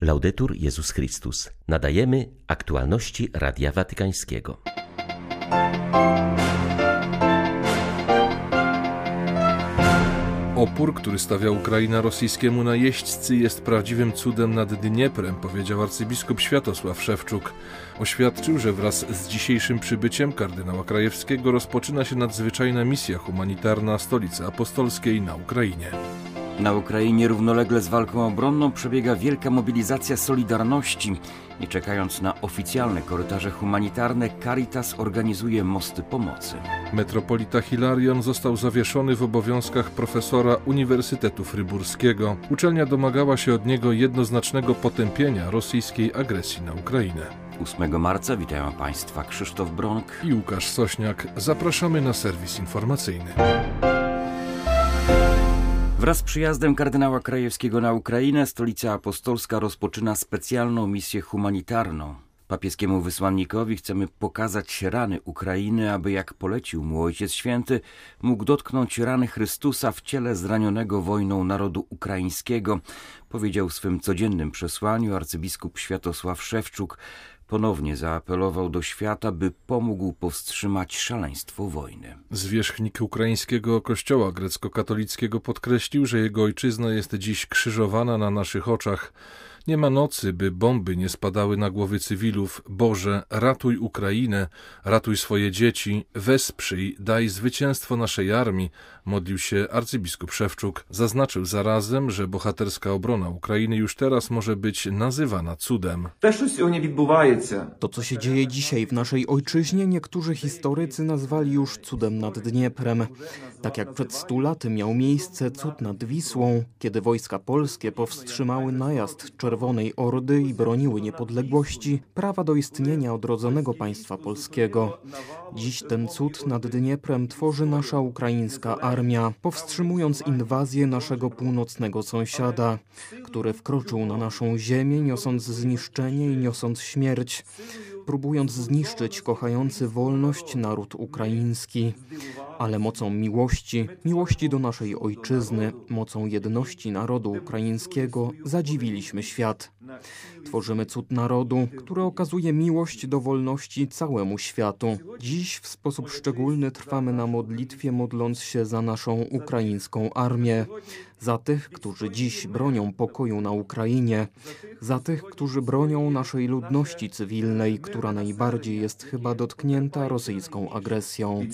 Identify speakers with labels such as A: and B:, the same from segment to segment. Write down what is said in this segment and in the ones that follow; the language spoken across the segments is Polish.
A: Laudetur Jezus Chrystus. Nadajemy aktualności Radia Watykańskiego.
B: Opór, który stawia Ukraina rosyjskiemu najeźdźcy, jest prawdziwym cudem nad Dnieprem, powiedział arcybiskup Światosław Szewczuk. Oświadczył, że wraz z dzisiejszym przybyciem kardynała Krajewskiego rozpoczyna się nadzwyczajna misja humanitarna Stolicy Apostolskiej na Ukrainie.
C: Na Ukrainie równolegle z walką obronną przebiega wielka mobilizacja solidarności. Nie czekając na oficjalne korytarze humanitarne, Caritas organizuje mosty pomocy.
B: Metropolita Hilarion został zawieszony w obowiązkach profesora Uniwersytetu Fryburskiego. Uczelnia domagała się od niego jednoznacznego potępienia rosyjskiej agresji na Ukrainę.
C: 8 marca witają Państwa Krzysztof Bronk
B: i Łukasz Sośniak. Zapraszamy na serwis informacyjny.
C: Wraz z przyjazdem kardynała Krajewskiego na Ukrainę Stolica Apostolska rozpoczyna specjalną misję humanitarną. Papieskiemu wysłannikowi chcemy pokazać rany Ukrainy, aby, jak polecił mu Ojciec Święty, mógł dotknąć rany Chrystusa w ciele zranionego wojną narodu ukraińskiego, powiedział w swym codziennym przesłaniu arcybiskup Światosław Szewczuk. Ponownie zaapelował do świata, by pomógł powstrzymać szaleństwo wojny.
B: Zwierzchnik ukraińskiego kościoła grecko-katolickiego podkreślił, że jego ojczyzna jest dziś krzyżowana na naszych oczach. Nie ma nocy, by bomby nie spadały na głowy cywilów. Boże, ratuj Ukrainę, ratuj swoje dzieci, wesprzyj, daj zwycięstwo naszej armii, modlił się arcybiskup Szewczuk. Zaznaczył zarazem, że bohaterska obrona Ukrainy już teraz może być nazywana cudem.
D: To, co się dzieje dzisiaj w naszej ojczyźnie, niektórzy historycy nazwali już cudem nad Dnieprem. Tak jak przed 100 laty miał miejsce cud nad Wisłą, kiedy wojska polskie powstrzymały najazd Czerwonej Ordy i broniły niepodległości, prawa do istnienia odrodzonego państwa polskiego. Dziś ten cud nad Dnieprem tworzy nasza ukraińska armia, powstrzymując inwazję naszego północnego sąsiada, który wkroczył na naszą ziemię, niosąc zniszczenie i niosąc śmierć, próbując zniszczyć kochający wolność naród ukraiński. Ale mocą miłości do naszej ojczyzny, mocą jedności narodu ukraińskiego zadziwiliśmy świat. Tworzymy cud narodu, który okazuje miłość do wolności całemu światu. Dziś w sposób szczególny trwamy na modlitwie, modląc się za naszą ukraińską armię, za tych, którzy dziś bronią pokoju na Ukrainie, za tych, którzy bronią naszej ludności cywilnej, która najbardziej jest chyba dotknięta rosyjską agresją.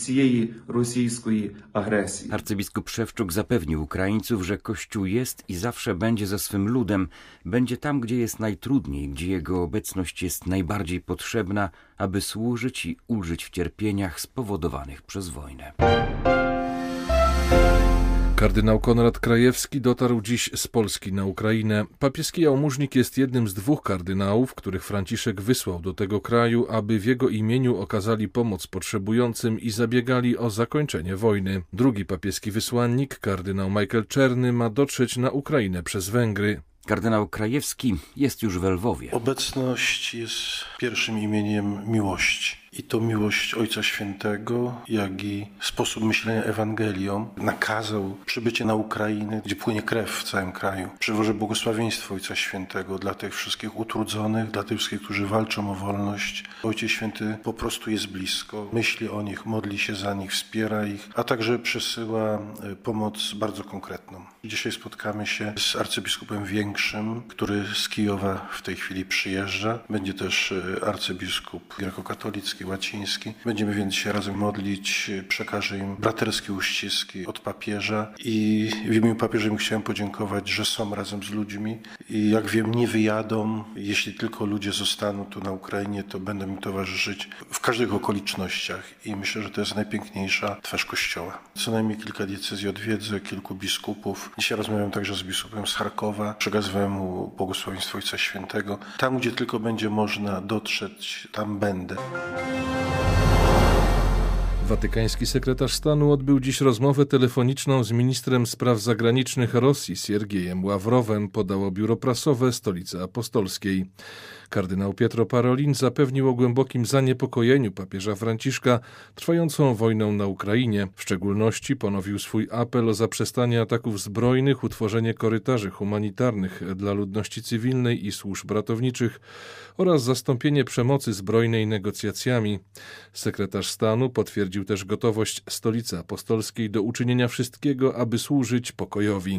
C: Arcybiskup Szewczuk zapewnił Ukraińców, że Kościół jest i zawsze będzie ze swym ludem, będzie tam, gdzie jest najtrudniej, gdzie jego obecność jest najbardziej potrzebna, aby służyć i ulżyć w cierpieniach spowodowanych przez wojnę.
B: Kardynał Konrad Krajewski dotarł dziś z Polski na Ukrainę. Papieski jałmużnik jest jednym z 2 kardynałów, których Franciszek wysłał do tego kraju, aby w jego imieniu okazali pomoc potrzebującym i zabiegali o zakończenie wojny. Drugi papieski wysłannik, kardynał Michael Czerny, ma dotrzeć na Ukrainę przez Węgry.
C: Kardynał Krajewski jest już w Lwowie.
E: Obecność jest pierwszym imieniem miłości. I to miłość Ojca Świętego, jak i sposób myślenia Ewangelią nakazał przybycie na Ukrainę, gdzie płynie krew w całym kraju. Przywożę błogosławieństwo Ojca Świętego dla tych wszystkich utrudzonych, dla tych wszystkich, którzy walczą o wolność. Ojciec Święty po prostu jest blisko, myśli o nich, modli się za nich, wspiera ich, a także przesyła pomoc bardzo konkretną. Dzisiaj spotkamy się z arcybiskupem Większym, który z Kijowa w tej chwili przyjeżdża. Będzie też arcybiskup grekokatolicki, łaciński. Będziemy więc się razem modlić, przekażę im braterskie uściski od papieża i w imieniu papieża im chciałem podziękować, że są razem z ludźmi i jak wiem nie wyjadą. Jeśli tylko ludzie zostaną tu na Ukrainie, to będą im towarzyszyć w każdych okolicznościach i myślę, że to jest najpiękniejsza twarz Kościoła. Co najmniej kilka diecezji odwiedzę, kilku biskupów. Dzisiaj rozmawiam także z biskupem z Charkowa. Przekazywałem mu błogosławieństwo Ojca Świętego. Tam, gdzie tylko będzie można dotrzeć, tam będę.
B: Watykański sekretarz stanu odbył dziś rozmowę telefoniczną z ministrem spraw zagranicznych Rosji Siergiejem Ławrowem, podało biuro prasowe Stolicy Apostolskiej. Kardynał Pietro Parolin zapewnił o głębokim zaniepokojeniu papieża Franciszka trwającą wojną na Ukrainie. W szczególności ponowił swój apel o zaprzestanie ataków zbrojnych, utworzenie korytarzy humanitarnych dla ludności cywilnej i służb ratowniczych oraz zastąpienie przemocy zbrojnej negocjacjami. Sekretarz stanu potwierdził też gotowość Stolicy Apostolskiej do uczynienia wszystkiego, aby służyć pokojowi.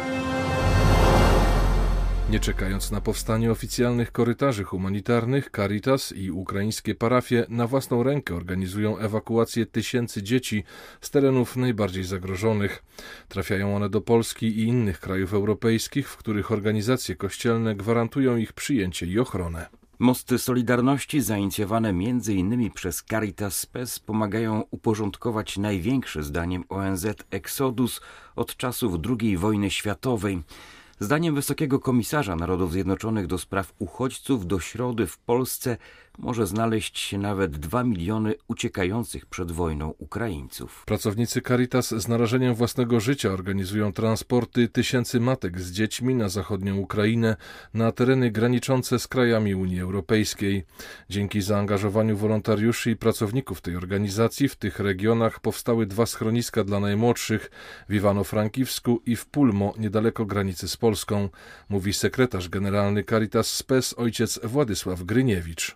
B: Nie czekając na powstanie oficjalnych korytarzy humanitarnych, Caritas i ukraińskie parafie na własną rękę organizują ewakuację tysięcy dzieci z terenów najbardziej zagrożonych. Trafiają one do Polski i innych krajów europejskich, w których organizacje kościelne gwarantują ich przyjęcie i ochronę.
C: Mosty Solidarności, zainicjowane m.in. przez Caritas Spes, pomagają uporządkować największy zdaniem ONZ exodus od czasów II wojny światowej. Zdaniem Wysokiego Komisarza Narodów Zjednoczonych do spraw uchodźców do środy w Polsce może znaleźć się nawet 2 miliony uciekających przed wojną Ukraińców.
B: Pracownicy Caritas z narażeniem własnego życia organizują transporty tysięcy matek z dziećmi na zachodnią Ukrainę, na tereny graniczące z krajami Unii Europejskiej. Dzięki zaangażowaniu wolontariuszy i pracowników tej organizacji w tych regionach powstały 2 schroniska dla najmłodszych w Iwano-Frankiwsku i w Pulmo, niedaleko granicy z Polską, mówi sekretarz generalny Caritas Spes ojciec Władysław Gryniewicz.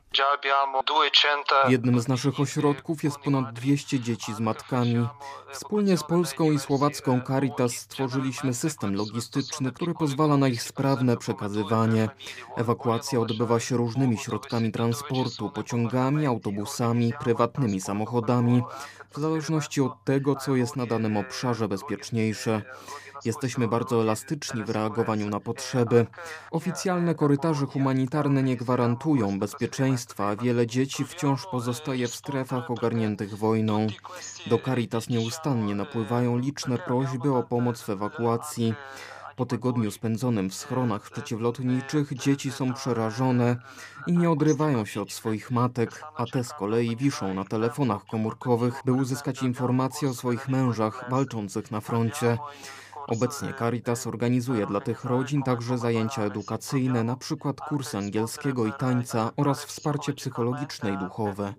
D: W jednym z naszych ośrodków jest ponad 200 dzieci z matkami. Wspólnie z polską i słowacką Caritas stworzyliśmy system logistyczny, który pozwala na ich sprawne przekazywanie. Ewakuacja odbywa się różnymi środkami transportu, pociągami, autobusami, prywatnymi samochodami, w zależności od tego, co jest na danym obszarze bezpieczniejsze. Jesteśmy bardzo elastyczni w reagowaniu na potrzeby. Oficjalne korytarze humanitarne nie gwarantują bezpieczeństwa, a wiele dzieci wciąż pozostaje w strefach ogarniętych wojną. Do Caritas nieustannie napływają liczne prośby o pomoc w ewakuacji. Po tygodniu spędzonym w schronach przeciwlotniczych dzieci są przerażone i nie odrywają się od swoich matek, a te z kolei wiszą na telefonach komórkowych, by uzyskać informacje o swoich mężach walczących na froncie. Obecnie Caritas organizuje dla tych rodzin także zajęcia edukacyjne, np. kursy angielskiego i tańca oraz wsparcie psychologiczne i duchowe.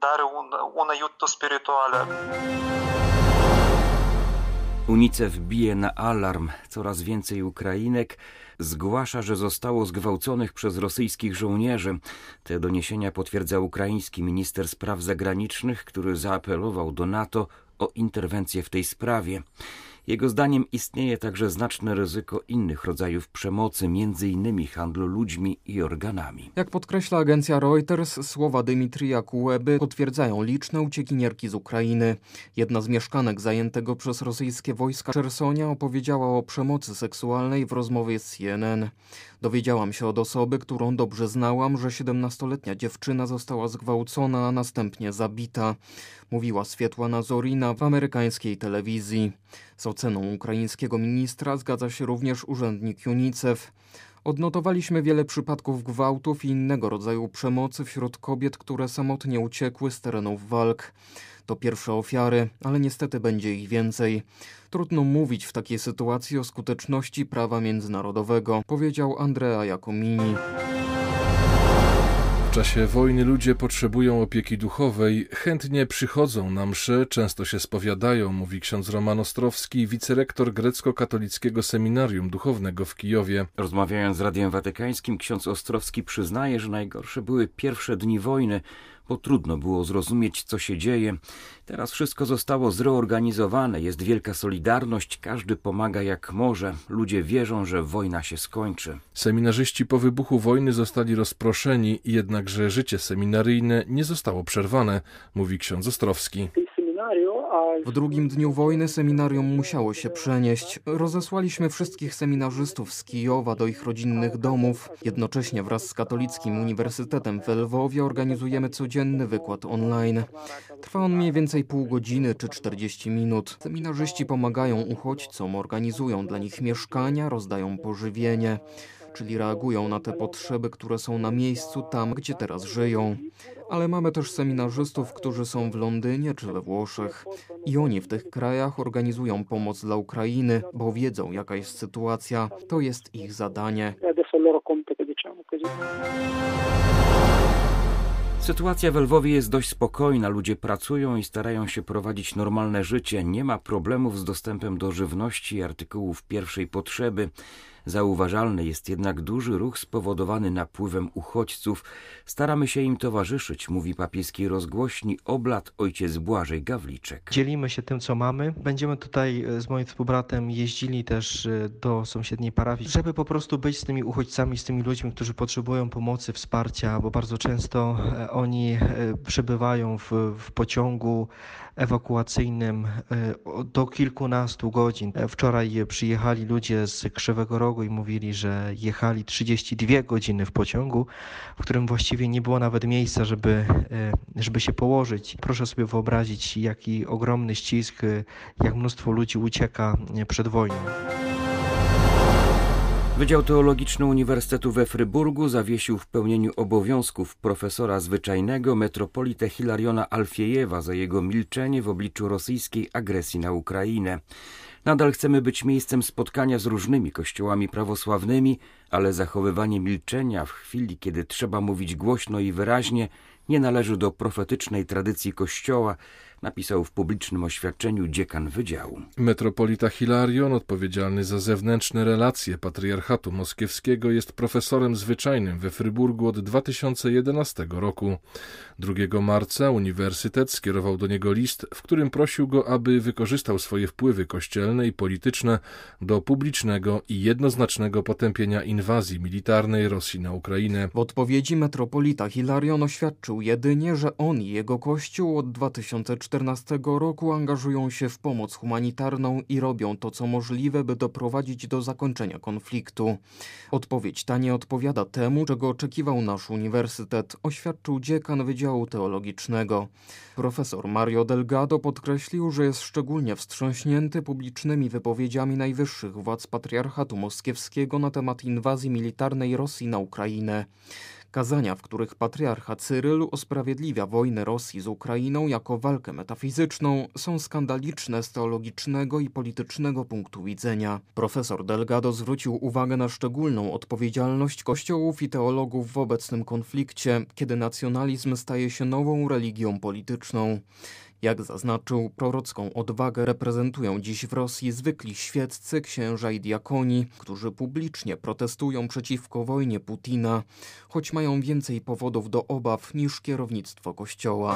C: UNICEF bije na alarm. Coraz więcej Ukrainek zgłasza, że zostało zgwałconych przez rosyjskich żołnierzy. Te doniesienia potwierdza ukraiński minister spraw zagranicznych, który zaapelował do NATO o interwencję w tej sprawie. Jego zdaniem istnieje także znaczne ryzyko innych rodzajów przemocy, m.in. handlu ludźmi i organami.
D: Jak podkreśla agencja Reuters, słowa Dmitrija Kułeby potwierdzają liczne uciekinierki z Ukrainy. Jedna z mieszkanek zajętego przez rosyjskie wojska Chersonia opowiedziała o przemocy seksualnej w rozmowie z CNN. Dowiedziałam się od osoby, którą dobrze znałam, że 17-letnia dziewczyna została zgwałcona, a następnie zabita, mówiła Swietłana Zorina w amerykańskiej telewizji. Z oceną ukraińskiego ministra zgadza się również urzędnik UNICEF. Odnotowaliśmy wiele przypadków gwałtów i innego rodzaju przemocy wśród kobiet, które samotnie uciekły z terenów walk. To pierwsze ofiary, ale niestety będzie ich więcej. Trudno mówić w takiej sytuacji o skuteczności prawa międzynarodowego, powiedział Andrea Jacomini.
B: W czasie wojny ludzie potrzebują opieki duchowej, chętnie przychodzą na msze, często się spowiadają, mówi ksiądz Roman Ostrowski, wicerektor grecko-katolickiego seminarium duchownego w Kijowie.
C: Rozmawiając z Radiem Watykańskim, ksiądz Ostrowski przyznaje, że najgorsze były pierwsze dni wojny, bo trudno było zrozumieć, co się dzieje. Teraz wszystko zostało zreorganizowane, jest wielka solidarność, każdy pomaga jak może. Ludzie wierzą, że wojna się skończy.
B: Seminarzyści po wybuchu wojny zostali rozproszeni, jednakże życie seminaryjne nie zostało przerwane, mówi ksiądz Ostrowski.
D: W drugim dniu wojny seminarium musiało się przenieść. Rozesłaliśmy wszystkich seminarzystów z Kijowa do ich rodzinnych domów. Jednocześnie wraz z Katolickim Uniwersytetem w Lwowie organizujemy codzienny wykład online. Trwa on mniej więcej pół godziny czy 40 minut. Seminarzyści pomagają uchodźcom, organizują dla nich mieszkania, rozdają pożywienie. czyli reagują na te potrzeby, które są na miejscu tam, gdzie teraz żyją. Ale mamy też seminarzystów, którzy są w Londynie czy we Włoszech. I oni w tych krajach organizują pomoc dla Ukrainy, bo wiedzą, jaka jest sytuacja. To jest ich zadanie.
C: Sytuacja w Lwowie jest dość spokojna. Ludzie pracują i starają się prowadzić normalne życie. Nie ma problemów z dostępem do żywności i artykułów pierwszej potrzeby. Zauważalny jest jednak duży ruch spowodowany napływem uchodźców. Staramy się im towarzyszyć, mówi papieskiej rozgłośni oblat ojciec Błażej Gawliczek.
F: Dzielimy się tym, co mamy. Będziemy tutaj z moim współbratem jeździli też do sąsiedniej parafii, żeby po prostu być z tymi uchodźcami, z tymi ludźmi, którzy potrzebują pomocy, wsparcia, bo bardzo często oni przebywają w pociągu ewakuacyjnym do kilkunastu godzin. Wczoraj przyjechali ludzie z Krzywego Rogu i mówili, że jechali 32 godziny w pociągu, w którym właściwie nie było nawet miejsca, żeby się położyć. Proszę sobie wyobrazić, jaki ogromny ścisk, jak mnóstwo ludzi ucieka przed wojną.
C: Wydział Teologiczny Uniwersytetu we Fryburgu zawiesił w pełnieniu obowiązków profesora zwyczajnego metropolitę Hilariona Alfiejewa za jego milczenie w obliczu rosyjskiej agresji na Ukrainę. Nadal chcemy być miejscem spotkania z różnymi kościołami prawosławnymi, ale zachowywanie milczenia w chwili, kiedy trzeba mówić głośno i wyraźnie, nie należy do profetycznej tradycji Kościoła, napisał w publicznym oświadczeniu dziekan wydziału.
B: Metropolita Hilarion, odpowiedzialny za zewnętrzne relacje Patriarchatu Moskiewskiego, jest profesorem zwyczajnym we Fryburgu od 2011 roku. 2 marca uniwersytet skierował do niego list, w którym prosił go, aby wykorzystał swoje wpływy kościelne i polityczne do publicznego i jednoznacznego potępienia inwazji militarnej Rosji na Ukrainę.
D: W odpowiedzi metropolita Hilarion oświadczył jedynie, że on i jego kościół od 2014 roku angażują się w pomoc humanitarną i robią to, co możliwe, by doprowadzić do zakończenia konfliktu. Odpowiedź ta nie odpowiada temu, czego oczekiwał nasz uniwersytet, oświadczył dziekan Wydziału Teologicznego. Profesor Mario Delgado podkreślił, że jest szczególnie wstrząśnięty publicznymi wypowiedziami najwyższych władz Patriarchatu Moskiewskiego na temat inwazji militarnej Rosji na Ukrainę. Kazania, w których patriarcha Cyryl usprawiedliwia wojnę Rosji z Ukrainą jako walkę metafizyczną, są skandaliczne z teologicznego i politycznego punktu widzenia. Profesor Delgado zwrócił uwagę na szczególną odpowiedzialność kościołów i teologów w obecnym konflikcie, kiedy nacjonalizm staje się nową religią polityczną. Jak zaznaczył, prorocką odwagę reprezentują dziś w Rosji zwykli świeccy, księża i diakoni, którzy publicznie protestują przeciwko wojnie Putina, choć mają więcej powodów do obaw niż kierownictwo Kościoła.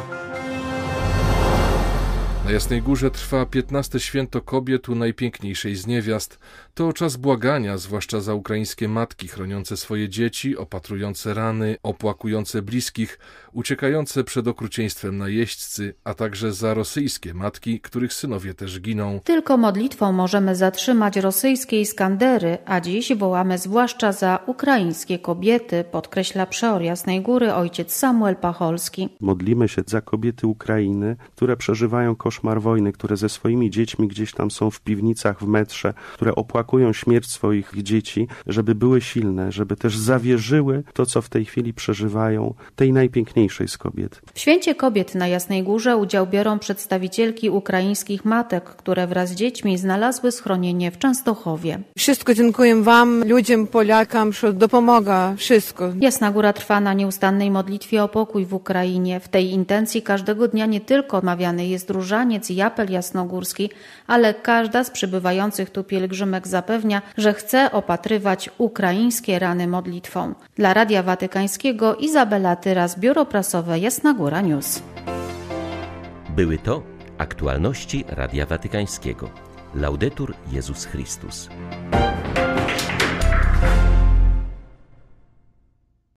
B: Na Jasnej Górze trwa 15. święto kobiet u najpiękniejszej z niewiast. To czas błagania, zwłaszcza za ukraińskie matki chroniące swoje dzieci, opatrujące rany, opłakujące bliskich, uciekające przed okrucieństwem najeźdźcy, a także za rosyjskie matki, których synowie też giną.
G: Tylko modlitwą możemy zatrzymać rosyjskie Iskandery, a dziś wołamy zwłaszcza za ukraińskie kobiety, podkreśla przeor Jasnej Góry ojciec Samuel Pacholski.
H: Modlimy się za kobiety Ukrainy, które przeżywają koszmar wojny, które ze swoimi dziećmi gdzieś tam są w piwnicach, w metrze, które opłakują śmierć swoich dzieci, żeby były silne, żeby też zawierzyły to, co w tej chwili przeżywają, tej najpiękniejszej z kobiet.
G: W Święcie Kobiet na Jasnej Górze udział biorą przedstawicielki ukraińskich matek, które wraz z dziećmi znalazły schronienie w Częstochowie.
I: Wszystko dziękuję wam, ludziom, Polakom, że dopomaga wszystko.
G: Jasna Góra trwa na nieustannej modlitwie o pokój w Ukrainie. W tej intencji każdego dnia nie tylko odmawiany jest różaniec i apel jasnogórski, ale każda z przybywających tu pielgrzymek zapewnia, że chce opatrywać ukraińskie rany modlitwą. Dla Radia Watykańskiego Izabela Tyras, Biuro Prasowe Jasna Góra News.
A: Były to aktualności Radia Watykańskiego. Laudetur Jezus Chrystus.